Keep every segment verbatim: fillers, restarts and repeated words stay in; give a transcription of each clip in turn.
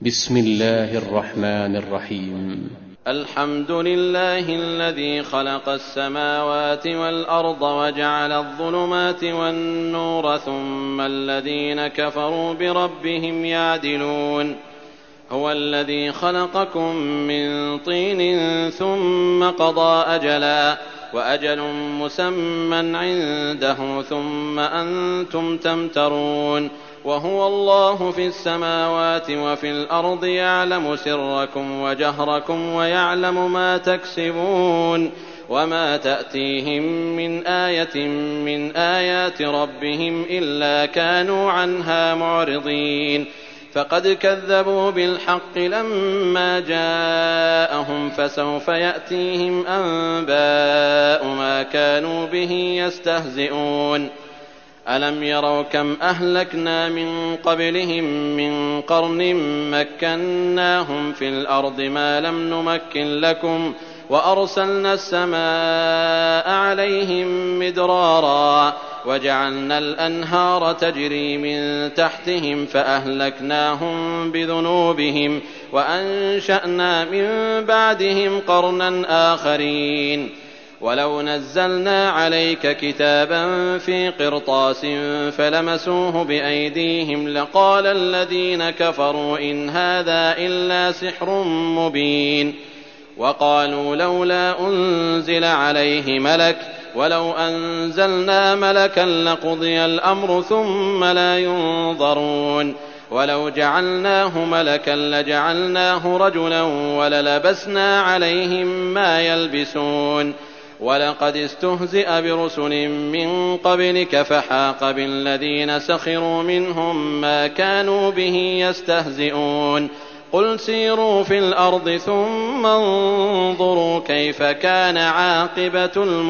بسم الله الرحمن الرحيم. الحمد لله الذي خلق السماوات والأرض وجعل الظلمات والنور ثم الذين كفروا بربهم يعدلون. هو الذي خلقكم من طين ثم قضى أجلا وأجل مسمى عنده ثم أنتم تمترون. وهو الله في السماوات وفي الأرض يعلم سركم وجهركم ويعلم ما تكسبون. وما تأتيهم من آية من آيات ربهم إلا كانوا عنها معرضين. فقد كذبوا بالحق لما جاءهم فسوف يأتيهم أنباء ما كانوا به يستهزئون. ألم يروا كم أهلكنا من قبلهم من قرن مكناهم في الأرض ما لم نمكن لكم وأرسلنا السماء عليهم مدرارا وجعلنا الأنهار تجري من تحتهم فأهلكناهم بذنوبهم وأنشأنا من بعدهم قرنا آخرين. ولو نزلنا عليك كتابا في قرطاس فلمسوه بأيديهم لقال الذين كفروا إن هذا إلا سحر مبين. وقالوا لولا أنزل عليه ملك ولو أنزلنا ملكا لقضي الأمر ثم لا ينظرون. ولو جعلناه ملكا لجعلناه رجلا وللبسنا عليهم ما يلبسون. ولقد استهزئ برسل من قبلك فحاق بالذين سخروا منهم ما كانوا به يستهزئون. قل سيروا في الأرض ثم انظروا كيف كان عاقبة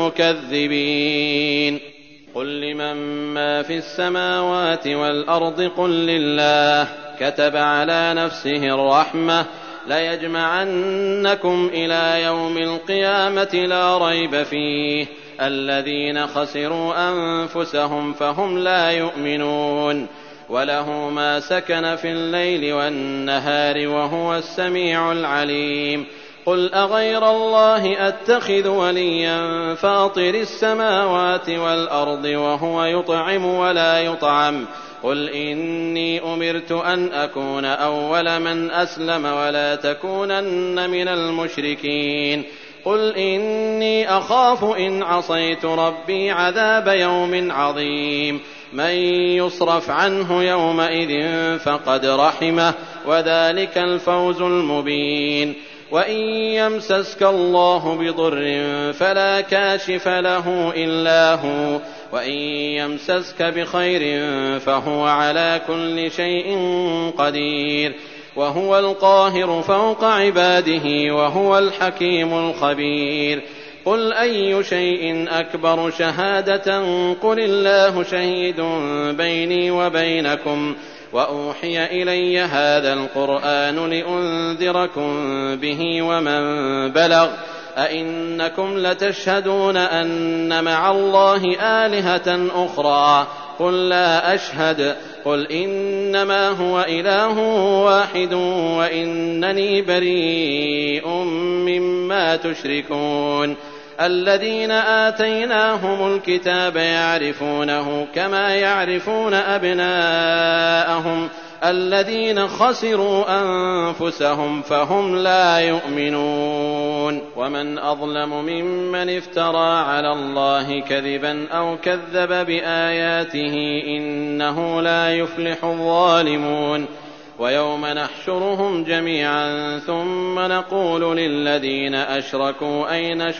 المكذبين. قل لمن ما في السماوات والأرض قل لله كتب على نفسه الرحمة ليجمعنكم إلى يوم القيامة لا ريب فيه الذين خسروا أنفسهم فهم لا يؤمنون. وله ما سكن في الليل والنهار وهو السميع العليم. قل أغير الله أتخذ وليا فاطر السماوات والأرض وهو يطعم ولا يطعم. قل إني أمرت أن أكون أول من أسلم ولا تكونن من المشركين. قل إني أخاف إن عصيت ربي عذاب يوم عظيم. من يصرف عنه يومئذ فقد رحمه وذلك الفوز المبين. وإن يمسسك الله بضر فلا كاشف له إلا هو وإن يمسسك بخير فهو على كل شيء قدير. وهو القاهر فوق عباده وهو الحكيم الخبير. قل أي شيء أكبر شهادة قل الله شهيد بيني وبينكم وأوحي إلي هذا القرآن لأنذركم به ومن بلغ أئنكم لتشهدون أن مع الله آلهة أخرى قل لا أشهد. قل إنما هو إله واحد وإنني بريء مما تشركون. الذين آتيناهم الكتاب يعرفونه كما يعرفون أبناءهم الذين خسروا أنفسهم فهم لا يؤمنون. ومن أظلم ممن افترى على الله كذبا أو كذب بآياته إنه لا يفلح الظالمون. ويوم نحشرهم جميعا ثم نقول للذين أشركوا أين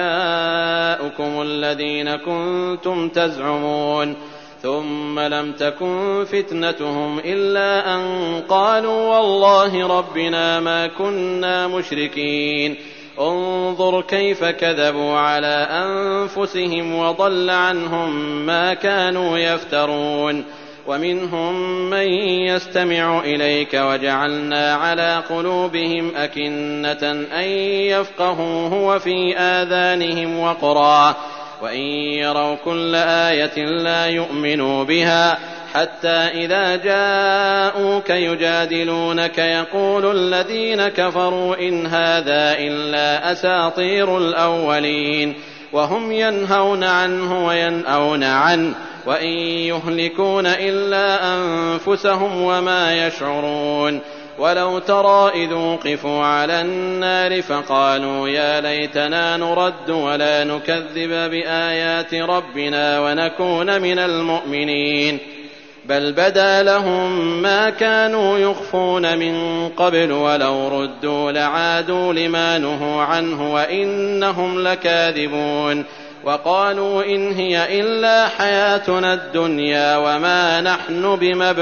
شركاؤكم الذين كنتم تزعمون ثم لم تكن فتنتهم إلا أن قالوا والله ربنا ما كنا مشركين. انظر كيف كذبوا على أنفسهم وضل عنهم ما كانوا يفترون. ومنهم من يستمع إليك وجعلنا على قلوبهم أكنة أن يفقهوه وفي آذانهم وقرا وإن يروا كل آية لا يؤمنوا بها حتى إذا جاءوك يجادلونك يقول الذين كفروا إن هذا إلا أساطير الأولين وهم ينهون عنه وينأون عنه وإن يهلكون إلا أنفسهم وما يشعرون ولو ترى إذ وقفوا على النار فقالوا يا ليتنا نرد ولا نكذب بآيات ربنا ونكون من المؤمنين بل بدا لهم ما كانوا يخفون من قبل ولو ردوا لعادوا لما نهوا عنه وإنهم لكاذبون وقالوا إن هي إلا حياتنا الدنيا وما نحن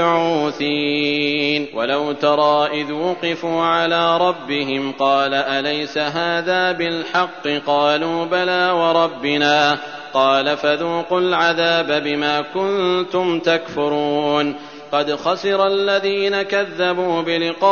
بمبعوثين ولو ترى إذ وقفوا على ربهم قال أليس هذا بالحق قالوا بلى وربنا قال فذوقوا العذاب بما كنتم تكفرون قد خسر الذين كذبوا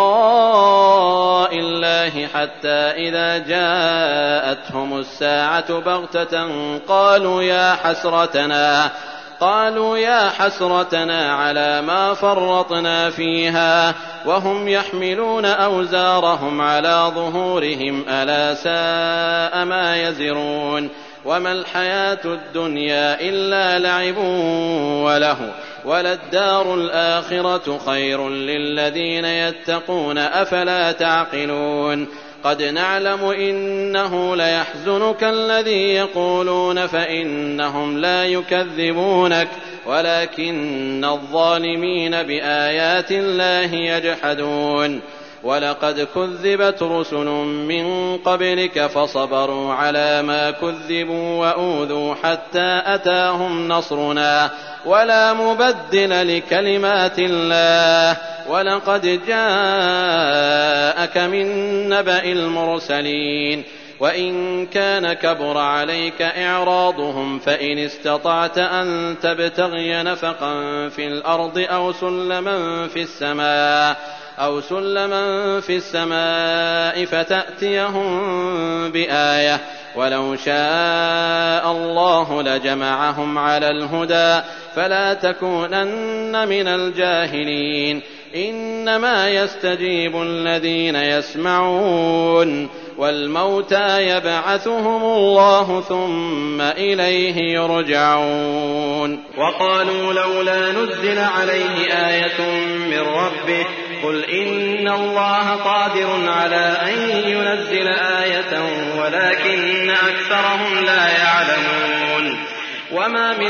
بلقاء الله حتى إذا جاءتهم الساعة بغتة قالوا يا حسرتنا قالوا يا حسرتنا على ما فرطنا فيها وهم يحملون أوزارهم على ظهورهم ألا ساء ما يزرون وما الحياة الدنيا إلا لعب وله وللدار الآخرة خير للذين يتقون أفلا تعقلون قد نعلم إنه ليحزنك الذي يقولون فإنهم لا يكذبونك ولكن الظالمين بآيات الله يجحدون ولقد كذبت رسل من قبلك فصبروا على ما كذبوا وأوذوا حتى أتاهم نصرنا ولا مبدل لكلمات الله ولقد جاءك من نبأ المرسلين وإن كان كبر عليك إعراضهم فإن استطعت أن تبتغي نفقا في الأرض أو سلما في السماء أو سلما في السماء فتأتيهم بآية ولو شاء الله لجمعهم على الهدى فلا تكونن من الجاهلين إنما يستجيب الذين يسمعون والموتى يبعثهم الله ثم إليه يرجعون وقالوا لولا نزل عليه آية من ربه قل إن الله قادر على أن ينزل آية ولكن أكثرهم لا يعلمون وما من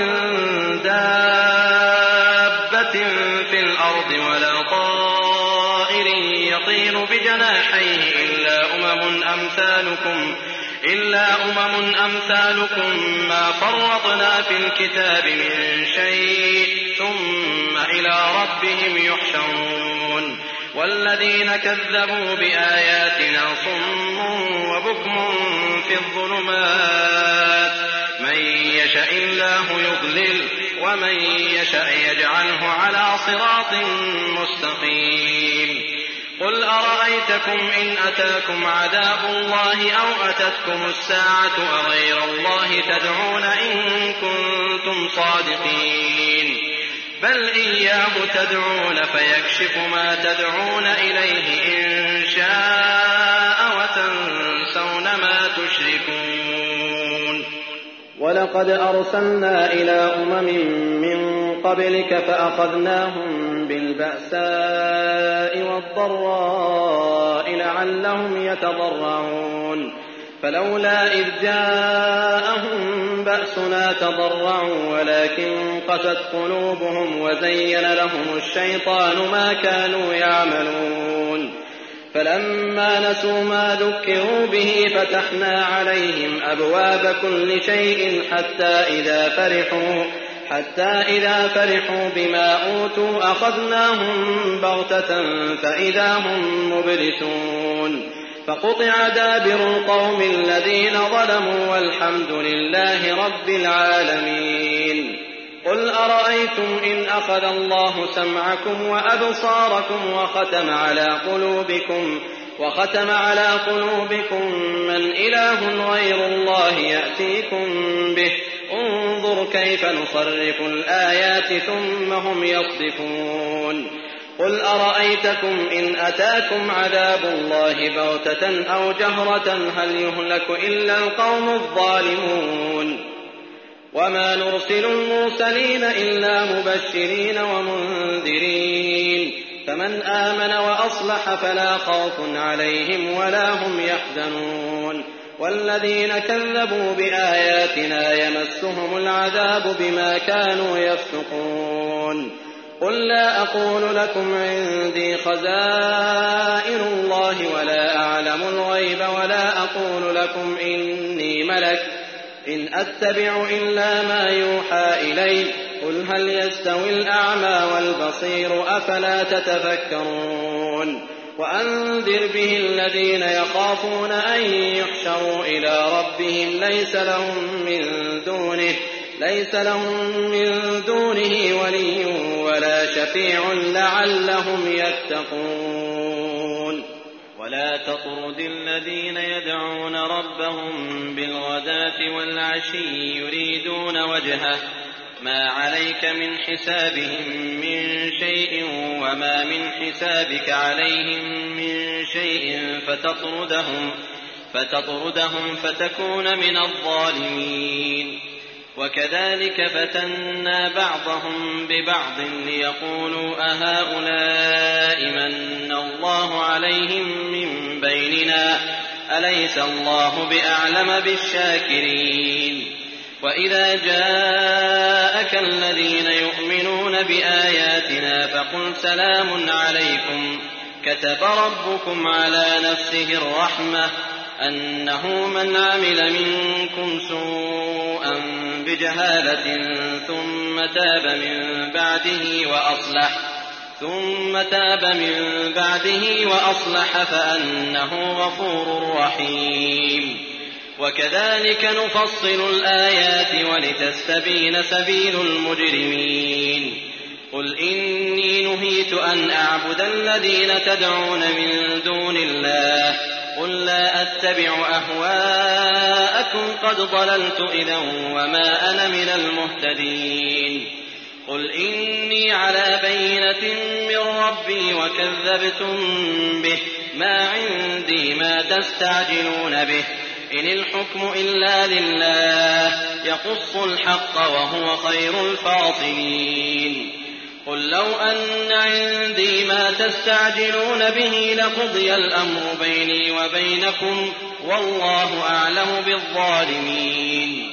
دابة في الأرض ولا طائر يطير بجناحيه إلا أمم أمثالكم إلا أمم أمثالكم ما فرطنا في الكتاب من شيء ثم إلى ربهم يحشرون والذين كذبوا بآياتنا صم وبكم في الظلمات من يشاء الله يضلل ومن يشاء يجعله على صراط مستقيم قل أرأيتكم إن أتاكم عذاب الله أو أتتكم الساعة أغير الله تدعون إن كنتم صادقين بل إياه تدعون فيكشف ما تدعون إليه إن شاء وتنسون ما تشركون ولقد أرسلنا إلى أمم من قبلك فأخذناهم بالبأساء والضراء لعلهم يتضرعون فلولا إذ جاءهم بأسنا تضرعوا ولكن قست قلوبهم وزين لهم الشيطان ما كانوا يعملون فلما نسوا ما ذكروا به فتحنا عليهم أبواب كل شيء حتى إذا فرحوا حتى إذا فرحوا بما أوتوا أخذناهم بغتة فإذا هم مبلسون فقطع دابر القوم الذين ظلموا والحمد لله رب العالمين قل أرأيتم إن أخذ الله سمعكم وأبصاركم وختم على قلوبكم وختم على قلوبكم من إله غير الله يأتيكم به انظر كيف نصرف الآيات ثم هم يصدفون قل أرأيتكم إن أتاكم عذاب الله بغتة أو جهرة هل يهلك إلا القوم الظالمون وما نرسل المرسلين إلا مبشرين ومنذرين فمن آمن وأصلح فلا خوف عليهم ولا هم يحزنون والذين كذبوا بآياتنا يمسهم العذاب بما كانوا يفسقون قل لا أقول لكم عندي خزائن الله ولا أعلم الغيب ولا أقول لكم إني ملك إن أتبع إلا ما يوحى إلي قل هل يستوي الأعمى والبصير أفلا تتفكرون وأنذر به الذين يخافون أن يحشروا إلى ربهم ليس لهم من دونه ليس لهم من دونه ولي ولا شفيع لعلهم يتقون ولا تطرد الذين يدعون ربهم بالغداة والعشي يريدون وجهه ما عليك من حسابهم من شيء وما من حسابك عليهم من شيء فتطردهم فتطردهم فتكون من الظالمين وكذلك فتنا بعضهم ببعض ليقولوا أهؤلاء من الله عليهم من بيننا أليس الله بأعلم بالشاكرين وإذا جاءك الذين يؤمنون بآياتنا فقل سلام عليكم كتب ربكم على نفسه الرحمة أنه من عمل منكم سوءا بجهالة ثم تاب من بعده وأصلح ثم تاب من بعده وأصلح فأنه غفور رحيم وكذلك نفصل الآيات ولتستبين سبيل المجرمين قل إني نهيت أن أعبد الذين تدعون من دون الله قل لا أتبع أهواءكم قد ضللت إذا وما أنا من المهتدين قل إني على بينة من ربي وكذبتم به ما عندي ما تستعجلون به إن الحكم إلا لله يقص الحق وهو خير الفاصلين قل لو أن عندي ما تستعجلون به لقضي الأمر بيني وبينكم والله أعلم بالظالمين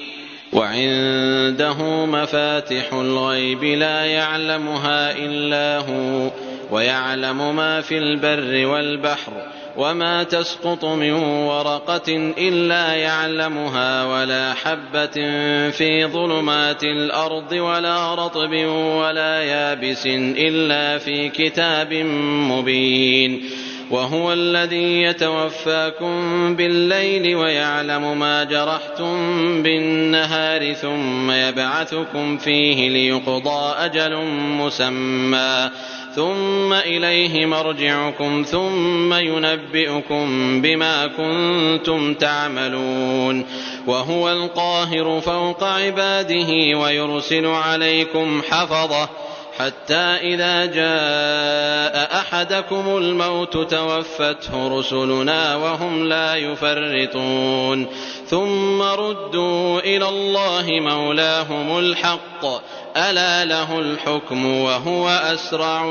وعنده مفاتح الغيب لا يعلمها إلا هو ويعلم ما في البر والبحر وما تسقط من ورقة إلا يعلمها ولا حبة في ظلمات الأرض ولا رطب ولا يابس إلا في كتاب مبين وهو الذي يتوفاكم بالليل ويعلم ما جرحتم بالنهار ثم يبعثكم فيه ليقضى أجل مسمى ثم إليه مرجعكم ثم ينبئكم بما كنتم تعملون وهو القاهر فوق عباده ويرسل عليكم حفظة حتى إذا جاء أحدكم الموت توفته رسلنا وهم لا يفرطون ثم ردوا إلى الله مولاهم الحق ألا له الحكم وهو أسرع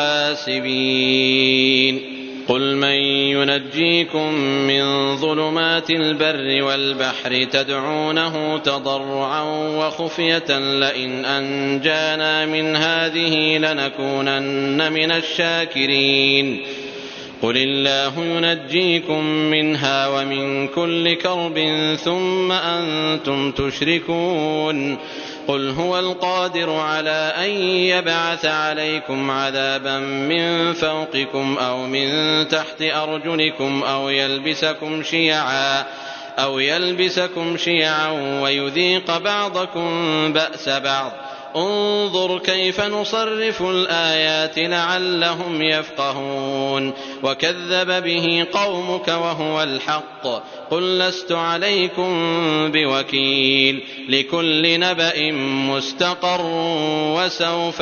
الحاسبين قل من ينجيكم من ظلمات البر والبحر تدعونه تضرعا وخفية لئن أنجانا من هذه لنكونن من الشاكرين قل الله ينجيكم منها ومن كل كرب ثم أنتم تشركون قل هو القادر على أن يبعث عليكم عذابا من فوقكم أو من تحت أرجلكم أو يلبسكم شيعا أو يلبسكم شيعا ويذيق بعضكم بأس بعض انظر كيف نصرف الآيات لعلهم يفقهون وكذب به قومك وهو الحق قل لست عليكم بوكيل لكل نبأ مستقر وسوف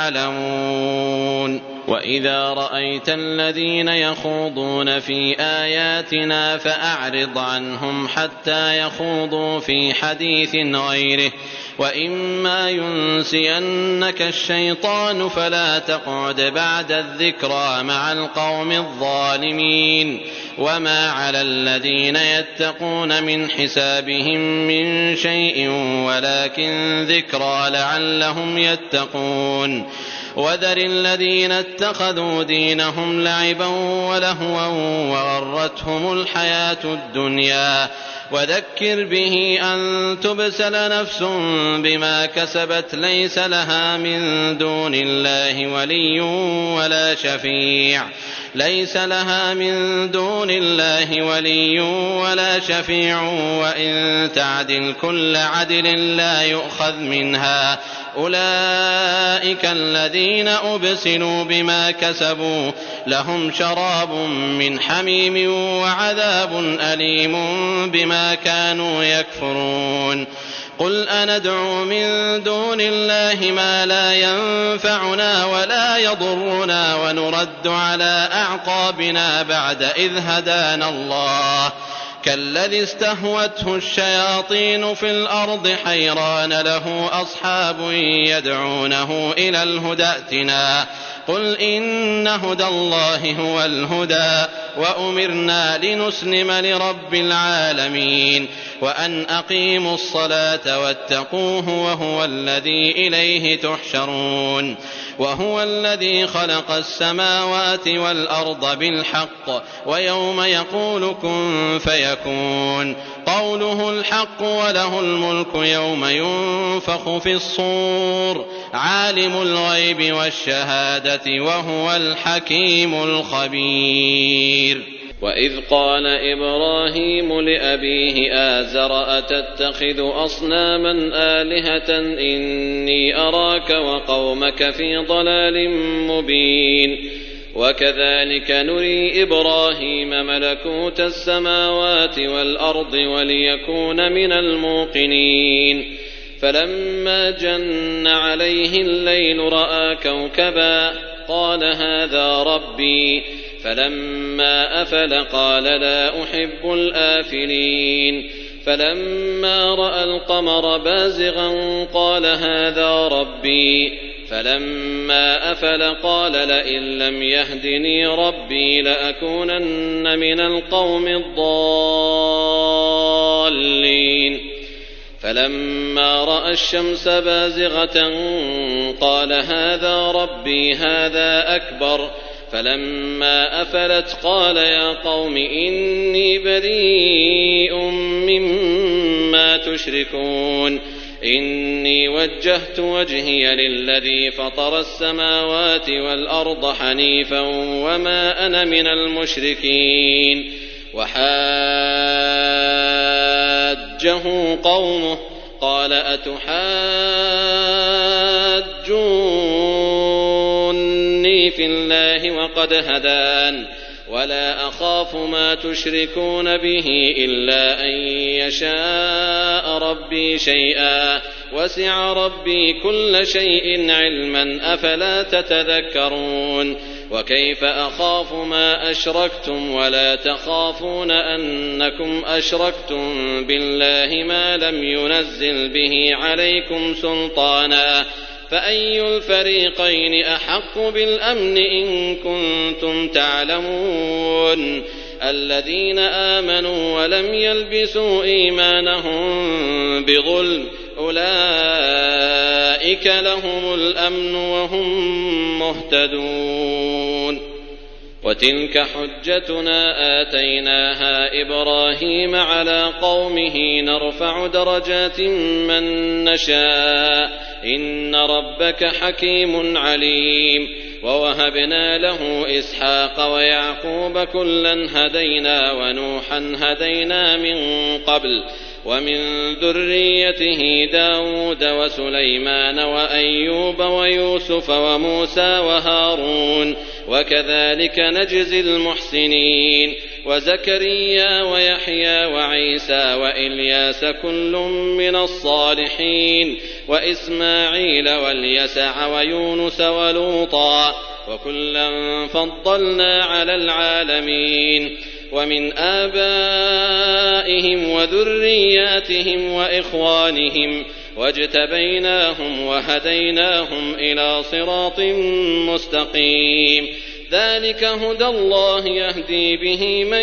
تعلمون وإذا رأيت الذين يخوضون في آياتنا فأعرض عنهم حتى يخوضوا في حديث غيره وإما ينسينك الشيطان فلا تقعد بعد الذكرى مع القوم الظالمين وما على الذين يتقون من حسابهم من شيء ولكن ذكرى لعلهم يتقون وذر الذين اتخذوا دينهم لعبا ولهوا وغرتهم الحياة الدنيا وذكر به أن تبسل نفس بما كسبت ليس لها من دون الله ولي ولا شفيع ليس لها من دون الله ولي ولا شفيع وإن تعدل كل عدل لا يؤخذ منها أولئك الذين أبسلوا بما كسبوا لهم شراب من حميم وعذاب أليم بما كانوا يكفرون قل أندعو من دون الله ما لا ينفعنا ولا يضرنا ونرد على أعقابنا بعد إذ هدانا الله كالذي استهوته الشياطين في الأرض حيران له أصحاب يدعونه إلى الهدى ائتنا قل إن هدى الله هو الهدى وأمرنا لنسلم لرب العالمين وأن أقيموا الصلاة واتقوه وهو الذي إليه تحشرون وهو الذي خلق السماوات والأرض بالحق ويوم يقول كن فيكون قوله الحق وله الملك يوم ينفخ في الصور عالم الغيب والشهادة وهو الحكيم الخبير وإذ قال إبراهيم لأبيه آزر أتتخذ أصناما آلهة إني أراك وقومك في ضلال مبين وكذلك نري إبراهيم ملكوت السماوات والأرض وليكون من الموقنين فلما جن عليه الليل رأى كوكبا قال هذا ربي فلما أفل قال لا أحب الآفلين فلما رأى القمر بازغا قال هذا ربي فلما أفل قال لئن لم يهدني ربي لأكونن من القوم الضالين فلما رأى الشمس بازغة قال هذا ربي هذا أكبر فلما أفلت قال يا قوم إني بريء مما تشركون إني وجهت وجهي للذي فطر السماوات والأرض حنيفا وما أنا من المشركين وحاجه قومه قال أتحاجوني في الله وقد هدان ولا أخاف ما تشركون به إلا أن يشاء ربي شيئا وسع ربي كل شيء علما أفلا تتذكرون وكيف أخاف ما أشركتم ولا تخافون أنكم أشركتم بالله ما لم ينزل به عليكم سلطانا فأي الفريقين أحق بالأمن إن كنتم تعلمون الذين آمنوا ولم يلبسوا إيمانهم بظلم أولئك لهم الأمن وهم مهتدون وتلك حجتنا آتيناها إبراهيم على قومه نرفع درجات من نشاء إن ربك حكيم عليم ووهبنا له إسحاق ويعقوب كلا هدينا ونوحا هدينا من قبل ومن ذريته داود وسليمان وأيوب ويوسف وموسى وهارون وكذلك نجزي المحسنين وزكريا ويحيى وعيسى وإلياس كل من الصالحين وإسماعيل واليسع ويونس ولوطا وكلا فضلنا على العالمين ومن آبائهم وذرياتهم وإخوانهم واجتبيناهم وهديناهم إلى صراط مستقيم ذلك هدى الله يهدي به من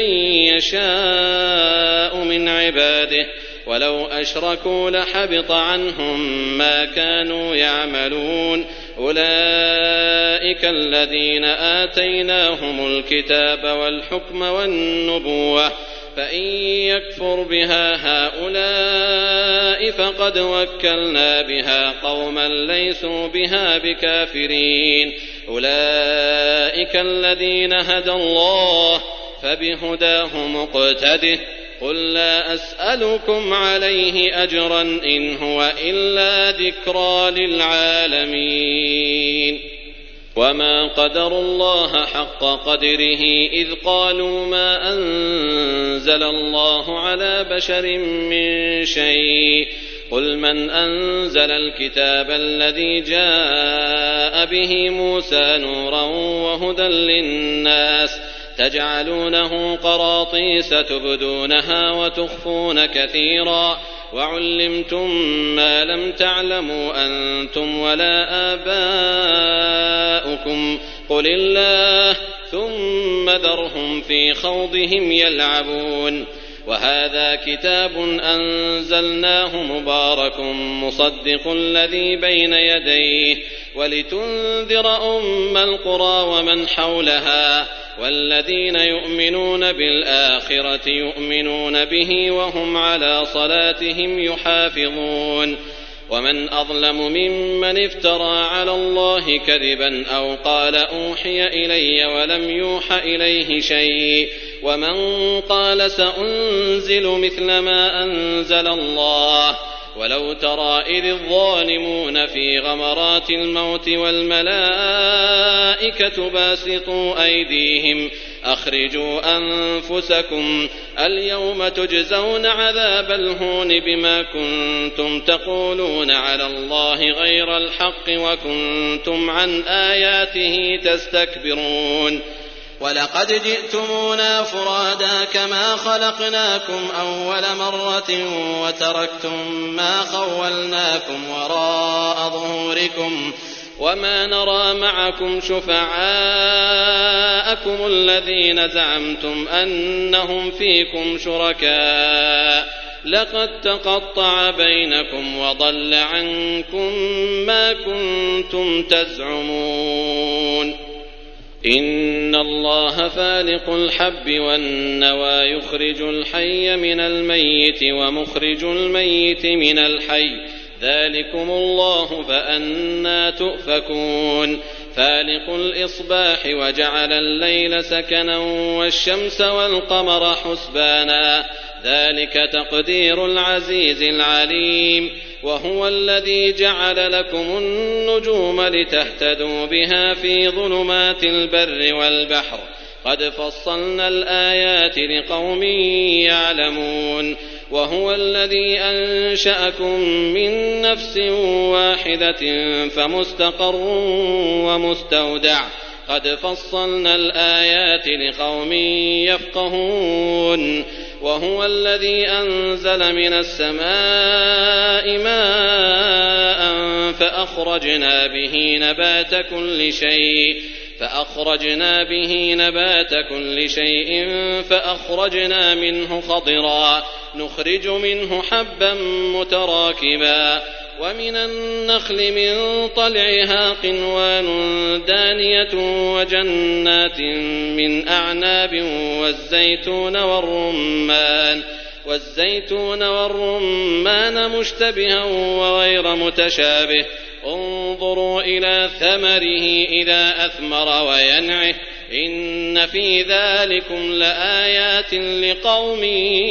يشاء من عباده ولو أشركوا لحبط عنهم ما كانوا يعملون أولئك الذين آتيناهم الكتاب والحكم والنبوة فإن يكفر بها هؤلاء فقد وكلنا بها قوما ليسوا بها بكافرين أولئك الذين هدى الله فبهداه مقتده قل لا أسألكم عليه أجرا إن هو إلا ذكرى للعالمين وما قدروا الله حق قدره إذ قالوا ما أنزل الله على بشر من شيء قل من أنزل الكتاب الذي جاء به موسى نورا وهدى للناس تجعلونه قراطيس تبدونها وتخفون كثيرا وعلمتم ما لم تعلموا أنتم ولا آباؤكم قل الله ثم ذرهم في خوضهم يلعبون وهذا كتاب أنزلناه مبارك مصدق الذي بين يديه ولتنذر أم القرى ومن حولها والذين يؤمنون بالآخرة يؤمنون به وهم على صلاتهم يحافظون ومن أظلم ممن افترى على الله كذبا أو قال أوحي إلي ولم يوح إليه شيء ومن قال سأنزل مثل ما أنزل الله ولو ترى إذ الظالمون في غمرات الموت والملائكة باسطوا أيديهم أخرجوا أنفسكم اليوم تجزون عذاب الهون بما كنتم تقولون على الله غير الحق وكنتم عن آياته تستكبرون ولقد جئتمونا فرادا كما خلقناكم أول مرة وتركتم ما خولناكم وراء ظهوركم وما نرى معكم شفعاءكم الذين زعمتم أنهم فيكم شركاء لقد تقطع بينكم وضل عنكم ما كنتم تزعمون إن الله فالق الحب والنوى يخرج الحي من الميت ومخرج الميت من الحي ذلكم الله فأنى تؤفكون فالق الإصباح وجعل الليل سكنا والشمس والقمر حسبانا ذلك تقدير العزيز العليم وهو الذي جعل لكم النجوم لتهتدوا بها في ظلمات البر والبحر قد فصلنا الآيات لقوم يعلمون وهو الذي أنشأكم من نفس واحدة فمستقر ومستودع قد فصلنا الآيات لقوم يفقهون وهو الذي أنزل من السماء ماء فأخرجنا به نبات كل شيء فأخرجنا به نبات كل شيء فأخرجنا منه خضرا نخرج منه حبا متراكبا ومن النخل من طلعها قنوان دانية وجنات من أعناب والزيتون والرمان والزيتون والرمان مشتبها وغير متشابه انظروا إلى ثمره إذا أثمر وينعه إن في ذلكم لآيات لقوم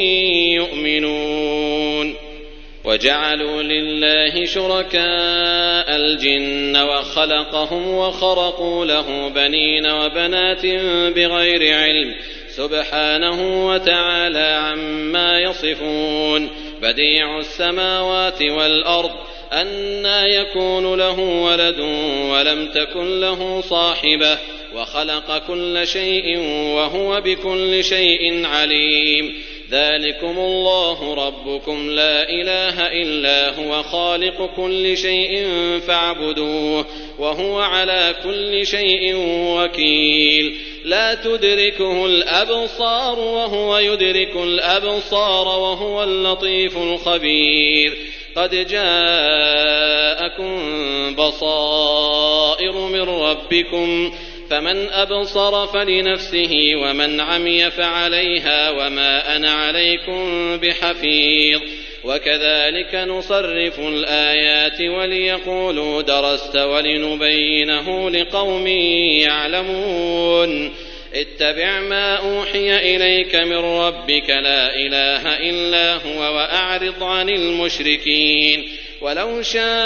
يؤمنون. وجعلوا لله شركاء الجن وخلقهم وخرقوا له بنين وبنات بغير علم سبحانه وتعالى عما يصفون. بديع السماوات والأرض أنى يكون له ولد ولم تكن له صاحبة وخلق كل شيء وهو بكل شيء عليم. ذلكم الله ربكم لا إله إلا هو خالق كل شيء فاعبدوه وهو على كل شيء وكيل. لا تدركه الأبصار وهو يدرك الأبصار وهو اللطيف الخبير. قد جاءكم بصائر من ربكم فمن أبصر فلنفسه ومن عمي فعليها وما أنا عليكم بحفيظ. وكذلك نصرف الآيات وليقولوا درست ولنبينه لقوم يعلمون. اتبع ما أوحي إليك من ربك لا إله إلا هو وأعرض عن المشركين. ولو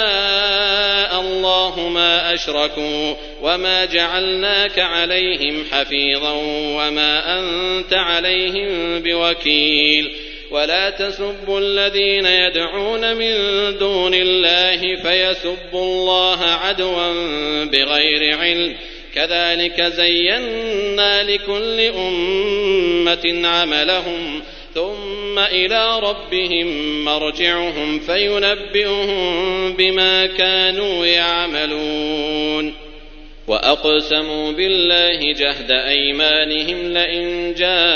شاء الله ما أشركوا وما جعلناك عليهم حفيظا وما أنت عليهم بوكيل. ولا تسبوا الذين يدعون من دون الله فيسبوا الله عدوا بغير علم. كذلك زينا لكل أمة عملهم ثم إلى ربهم مرجعهم فينبئهم بما كانوا يعملون. وأقسموا بالله جهد أيمانهم لئن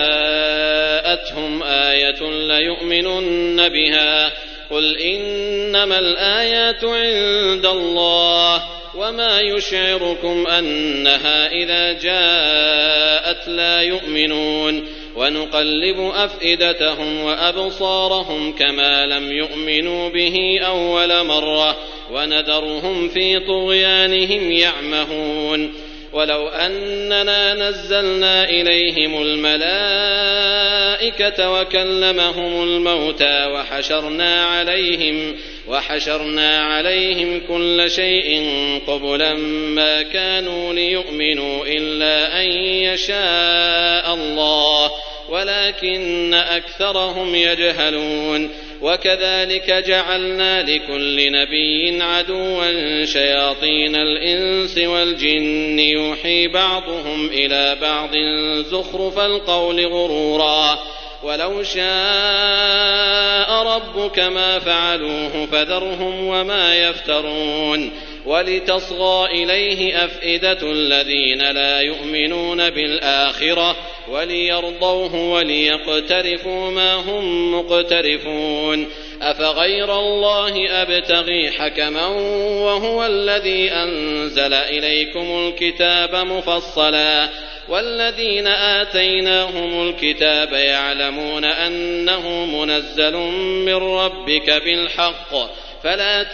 جاءتهم آية ليؤمنن بها. قل إنما الآيات عند الله وما يشعركم أنها إذا جاءت لا يؤمنون. ونقلب أفئدتهم وأبصارهم كما لم يؤمنوا به أول مرة وندرهم في طغيانهم يعمهون. ولو أننا نزلنا إليهم الملائكة وكلمهم الموتى وحشرنا عليهم وحشرنا عليهم كل شيء قبلا ما كانوا ليؤمنوا إلا أن يشاء الله ولكن أكثرهم يجهلون. وكذلك جعلنا لكل نبي عدوا شياطين الإنس والجن يوحي بعضهم إلى بعض زخرف القول غرورا. ولو شاء ربك ما فعلوه فذرهم وما يفترون. ولتصغى إليه أفئدة الذين لا يؤمنون بالآخرة وليرضوه وليقترفوا ما هم مقترفون. أفغير الله أبتغي حكما وهو الذي أنزل إليكم الكتاب مفصلا والذين آتيناهم الكتاب يعلمون أنه منزل من ربك بالحق فلا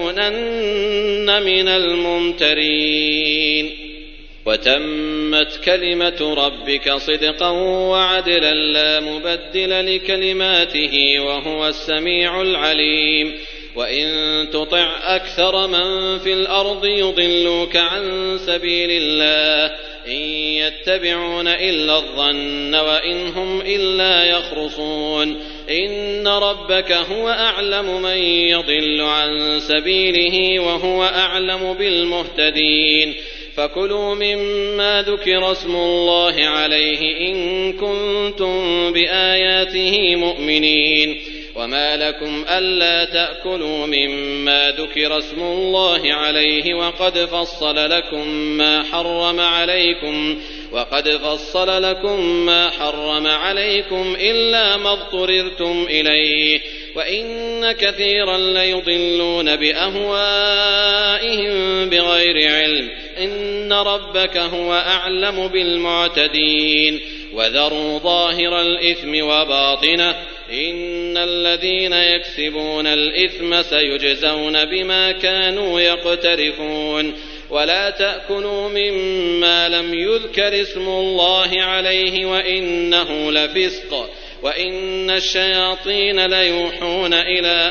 تكونن من الممترين. وتمت كلمة ربك صدقا وعدلا لا مبدل لكلماته وهو السميع العليم. وإن تطع أكثر من في الأرض يضلوك عن سبيل الله إن يتبعون إلا الظن وإن هم إلا يخرصون. إن ربك هو أعلم من يضل عن سبيله وهو أعلم بالمهتدين. فكلوا مما ذكر اسم الله عليه إن كنتم بآياته مؤمنين. وما لكم ألا تأكلوا مما ذكر اسم الله عليه وقد فصل لكم ما حرم عليكم وقد فصل لكم ما حرم عليكم إلا ما اضطررتم إليه. وإن كثيرا ليضلون بأهوائهم بغير علم. إن ربك هو أعلم بالمعتدين. وذروا ظاهر الإثم وباطنه إن الذين يكسبون الإثم سيجزون بما كانوا يقترفون. ولا تأكلوا مما لم يذكر اسم الله عليه وإنه لفسق وإن الشياطين ليوحون إلى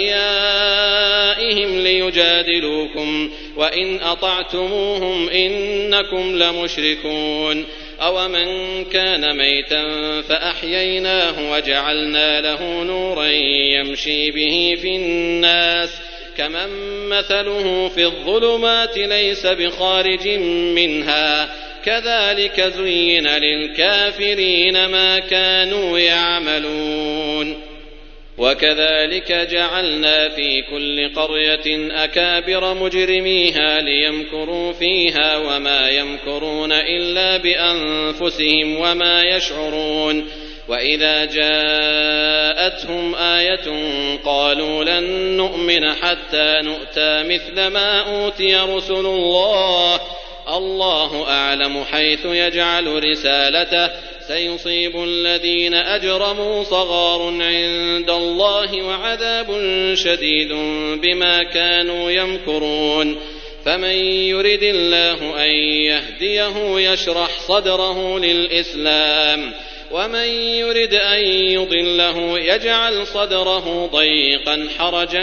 أوليائهم ليجادلوكم وإن أطعتموهم إنكم لمشركون أومن كان ميتا فأحييناه وجعلنا له نورا يمشي به في الناس كمن مثله في الظلمات ليس بخارج منها كذلك زين للكافرين ما كانوا يعملون وكذلك جعلنا في كل قرية أكابر مجرميها ليمكروا فيها وما يمكرون إلا بأنفسهم وما يشعرون وإذا جاءتهم آية قالوا لن نؤمن حتى نؤتى مثل ما أوتي رسل الله الله أعلم حيث يجعل رسالته سيصيب الذين أجرموا صغار عند الله وعذاب شديد بما كانوا يمكرون فمن يرد الله أن يهديه يشرح صدره للإسلام ومن يرد أن يضله يجعل صدره ضيقا حرجا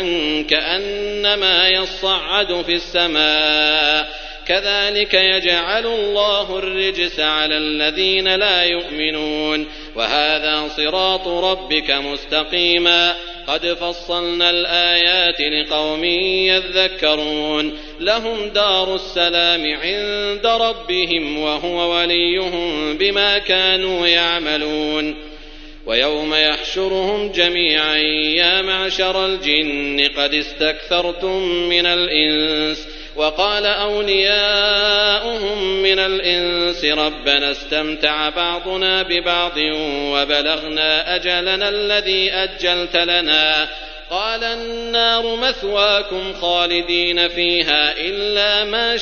كأنما يصعد في السماء كذلك يجعل الله الرجس على الذين لا يؤمنون وهذا صراط ربك مستقيما قد فصلنا الآيات لقوم يذكرون لهم دار السلام عند ربهم وهو وليهم بما كانوا يعملون ويوم يحشرهم جميعا يا معشر الجن قد استكثرتم من الإنس وقال أولياؤهم من الإنس ربنا استمتع بعضنا ببعض وبلغنا أجلنا الذي أجلت لنا قال النار مثواكم خالدين فيها إلا ما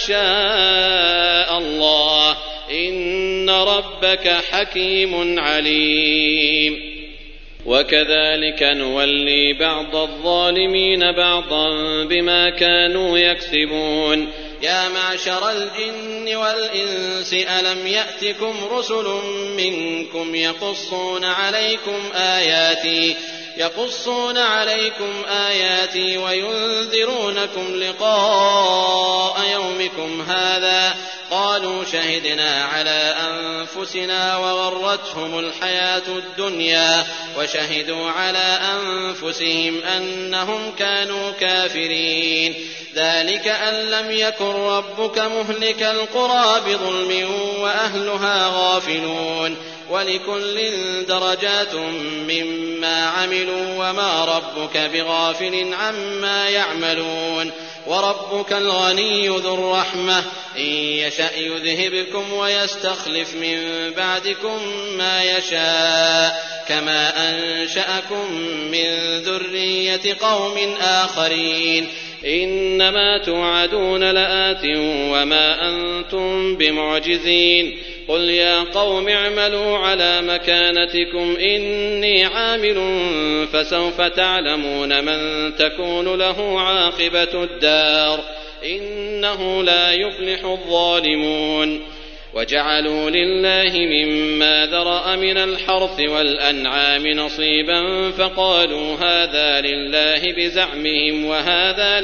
شاء الله إن ربك حكيم عليم وكذلك نولي بعض الظالمين بعضا بما كانوا يكسبون يا معشر الجن والإنس ألم يأتكم رسل منكم يقصون عليكم آياتي يقصون عليكم آياتي وينذرونكم لقاء يومكم هذا قالوا شهدنا على أنفسنا وغرتهم الحياة الدنيا وشهدوا على أنفسهم أنهم كانوا كافرين ذلك أن لم يكن ربك مهلك القرى بظلم وأهلها غافلون ولكل درجات مما عملوا وما ربك بغافل عما يعملون وربك الغني ذو الرحمة إن يشأ يذهبكم ويستخلف من بعدكم ما يشاء كما أنشأكم من ذرية قوم آخرين إنما توعدون لآت وما أنتم بمعجزين قل يا قوم اعملوا على مكانتكم إني عامل فسوف تعلمون من تكون له عاقبة الدار إنه لا يفلح الظالمون وجعلوا لله مما ذرأ من الحرث والأنعام نصيبا فقالوا هذا لله بزعمهم وهذا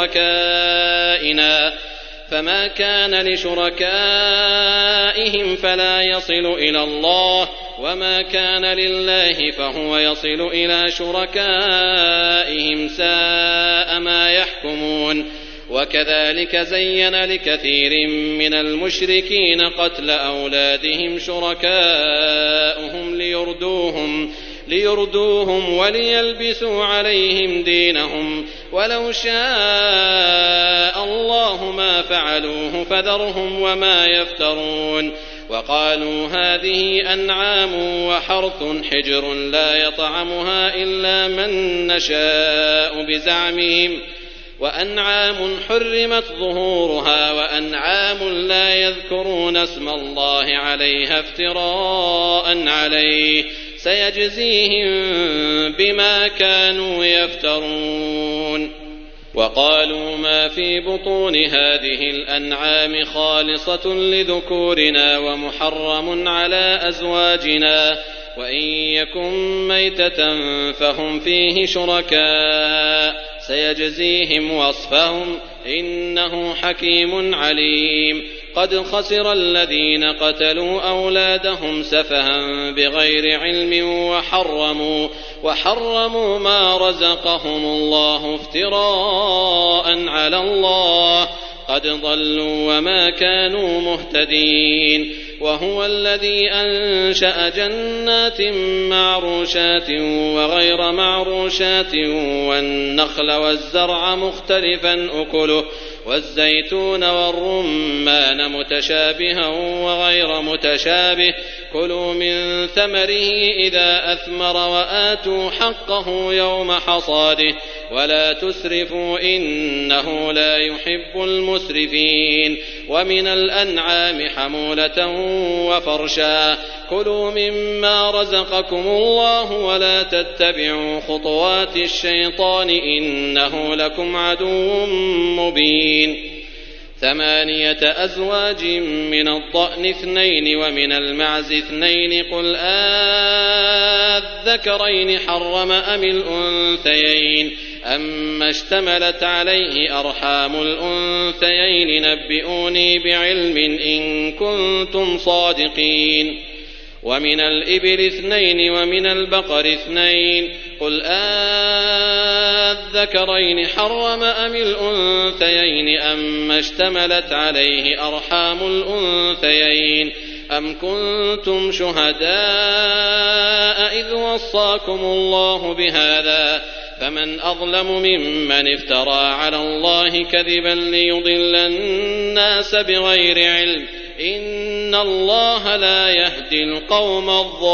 لشركائنا فما كان لشركائهم فلا يصل إلى الله وما كان لله فهو يصل إلى شركائهم ساء ما يحكمون وكذلك زين لكثير من المشركين قتل أولادهم شركاؤهم ليردوهم ليردوهم وليلبسوا عليهم دينهم ولو شاء الله ما فعلوه فذرهم وما يفترون وقالوا هذه أنعام وحرث حجر لا يطعمها إلا من نشاء بزعمهم وأنعام حرمت ظهورها وأنعام لا يذكرون اسم الله عليها افتراء عليه سيجزيهم بما كانوا يفترون وقالوا ما في بطون هذه الأنعام خالصة لذكورنا ومحرم على أزواجنا وإن يكن ميتة فهم فيه شركاء سيجزيهم وصفهم إنه حكيم عليم قد خسر الذين قتلوا أولادهم سفها بغير علم وحرموا, وحرموا ما رزقهم الله افتراء على الله قد ضلوا وما كانوا مهتدين وهو الذي أنشأ جنات معروشات وغير معروشات والنخل والزرع مختلفا أكله والزيتون والرمان متشابها وغير متشابه كلوا من ثمره إذا أثمر وآتوا حقه يوم حصاده ولا تسرفوا إنه لا يحب المسرفين ومن الأنعام حمولة وفرشا كلوا مما رزقكم الله ولا تتبعوا خطوات الشيطان إنه لكم عدو مبين ثمانية أزواج من الضأن اثنين ومن المعز اثنين قل آذكرين حرم أم الأنثيين أما اشتملت عليه أرحام الأنثيين نبئوني بعلم إن كنتم صادقين ومن الإبل اثنين ومن البقر اثنين قل آذكرين حرم أم الأنثيين أما اشتملت عليه أرحام الأنثيين أم كنتم شهداء إذ وصاكم الله بهذا فمن أظلم ممن افترى على الله كذبا ليضل الناس بغير علم إن الله لا يهدي القوم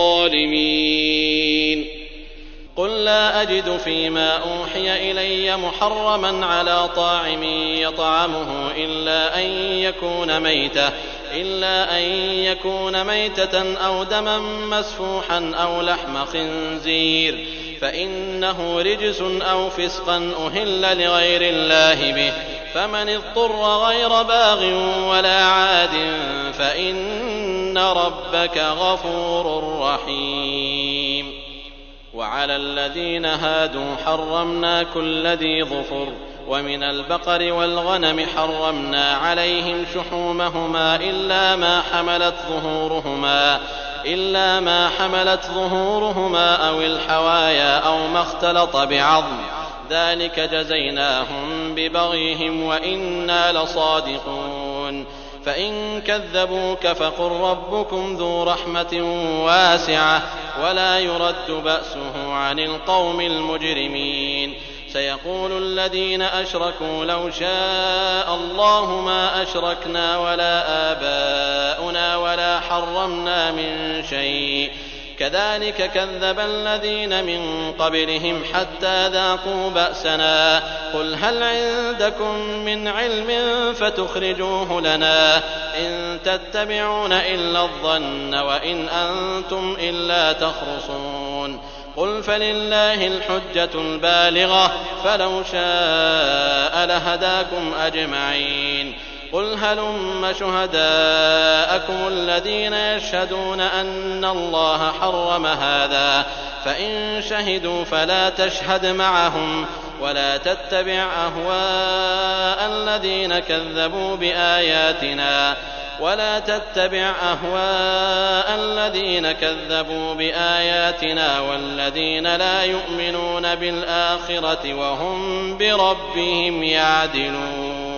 الظالمين قل لا أجد فيما أوحي إلي محرما على طاعم يطعمه إلا أن يكون ميتة إلا أن يكون ميتة أو دما مسفوحا أو لحم خنزير فإنه رجس أو فسقا أهل لغير الله به فمن اضطر غير باغ ولا عاد فإن ربك غفور رحيم وعلى الذين هادوا حرمنا كل ذي ظفر ومن البقر والغنم حرمنا عليهم شحومهما إلا ما حملت ظهورهما إلا ما حملت ظهورهما أو الحوايا أو ما اختلط بعظم ذلك جزيناهم ببغيهم وإنا لصادقون فإن كذبوك فقل ربكم ذو رحمة واسعة ولا يرد بأسه عن القوم المجرمين سيقول الذين أشركوا لو شاء الله ما أشركنا ولا آباؤنا ولا حرمنا من شيء كذلك كذب الذين من قبلهم حتى ذاقوا بأسنا قل هل عندكم من علم فتخرجوه لنا إن تتبعون إلا الظن وإن أنتم إلا تخرصون قل فلله الحجة البالغة فلو شاء لهداكم أجمعين قل هلم شهداءكم الذين يشهدون أن الله حرم هذا فإن شهدوا فلا تشهد معهم ولا تتبع أهواء الذين كذبوا بآياتنا ولا تتبع أهواء الذين كذبوا بآياتنا والذين لا يؤمنون بالآخرة وهم بربهم يعدلون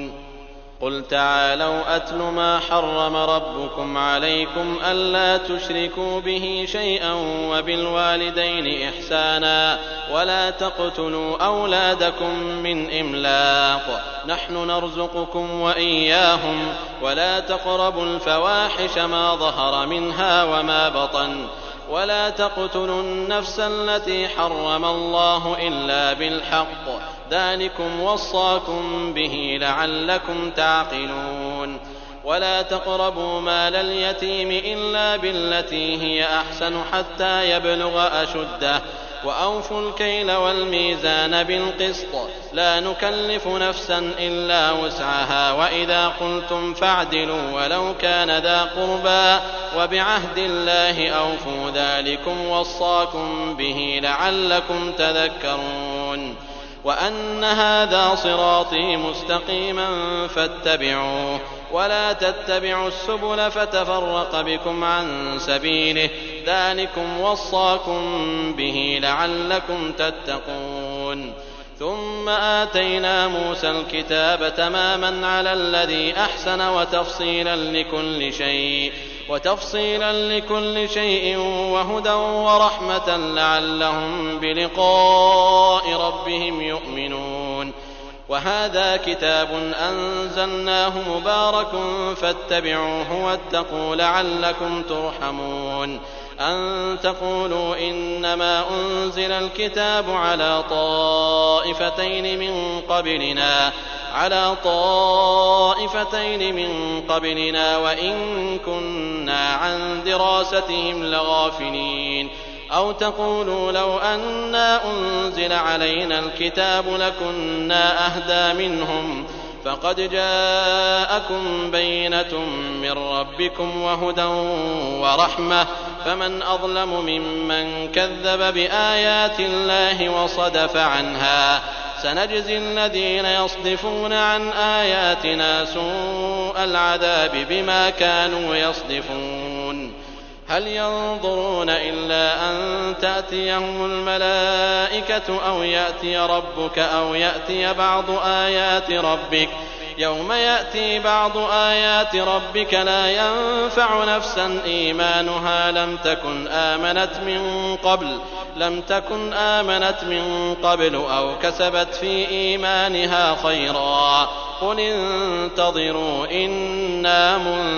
قل تعالوا أتل ما حرم ربكم عليكم ألا تشركوا به شيئا وبالوالدين إحسانا ولا تقتلوا أولادكم من إملاق نحن نرزقكم وإياهم ولا تقربوا الفواحش ما ظهر منها وما بطن ولا تقتلوا النفس التي حرم الله إلا بالحق ذلكم وصاكم به لعلكم تعقلون ولا تقربوا مال اليتيم إلا بالتي هي أحسن حتى يبلغ أشده وأوفوا الكيل والميزان بالقسط لا نكلف نفسا إلا وسعها وإذا قلتم فاعدلوا ولو كان ذا قربى وبعهد الله أوفوا ذلكم وصاكم به لعلكم تذكرون وأن هذا صراطي مستقيما فاتبعوه ولا تتبعوا السبل فتفرق بكم عن سبيله ذلكم وصاكم به لعلكم تتقون ثم آتينا موسى الكتاب تماما على الذي أحسن وتفصيلا لكل شيء وتفصيلا لكل شيء وهدى ورحمة لعلهم بلقاء ربهم يؤمنون وهذا كتاب أنزلناه مبارك فاتبعوه واتقوا لعلكم ترحمون أن تقولوا إنما أنزل الكتاب على طائفتين من قبلنا على طائفتين من قبلنا وإن كنا عن دراستهم لغافلين أو تقولوا لو أنا أنزل علينا الكتاب لكنا أهدى منهم فقد جاءكم بينة من ربكم وهدى ورحمة فمن أظلم ممن كذب بآيات الله وصدف عنها سنجزي الذين يصدفون عن آياتنا سوء العذاب بما كانوا يصدفون هل ينظرون إلا أن تأتيهم الملائكة أو يأتي ربك أو يأتي بعض آيات ربك يوم يأتي بعض آيات ربك لا ينفع نفسا إيمانها لم تكن آمنت من قبل لم تكن آمنت من قبل أو كسبت في إيمانها خيرا قل انتظروا إنا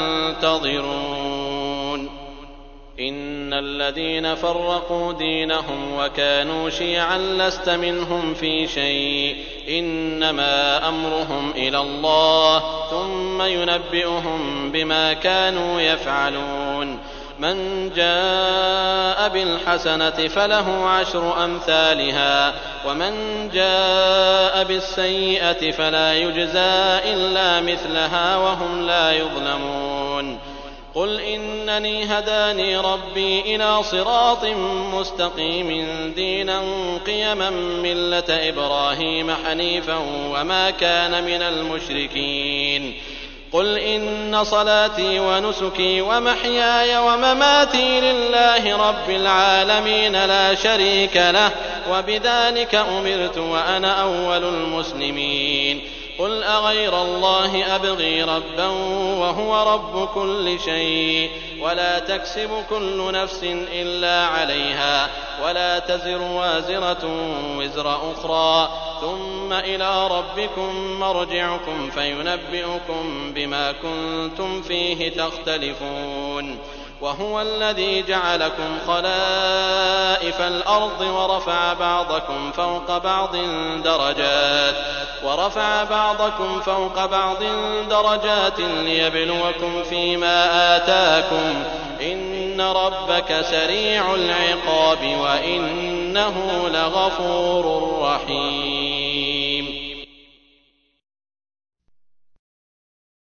منتظرون إن الذين فرقوا دينهم وكانوا شيعا لست منهم في شيء إنما أمرهم إلى الله ثم ينبئهم بما كانوا يفعلون من جاء بالحسنة فله عشر أمثالها ومن جاء بالسيئة فلا يجزى إلا مثلها وهم لا يظلمون قل إنني هداني ربي إلى صراط مستقيم دينا قيما ملة إبراهيم حنيفا وما كان من المشركين قل إن صلاتي ونسكي ومحياي ومماتي لله رب العالمين لا شريك له وبذلك أمرت وأنا أول المسلمين قل أغير الله أبغي ربا وهو رب كل شيء ولا تكسب كل نفس إلا عليها ولا تزر وازرة وزر أخرى ثم إلى ربكم مرجعكم فينبئكم بما كنتم فيه تختلفون وهو الذي جعلكم خلائف الأرض ورفع بعضكم فوق بعض درجات ورفع بعضكم فوق بعض درجات ليبلوكم فيما آتاكم إن ربك سريع العقاب وإنه لغفور رحيم.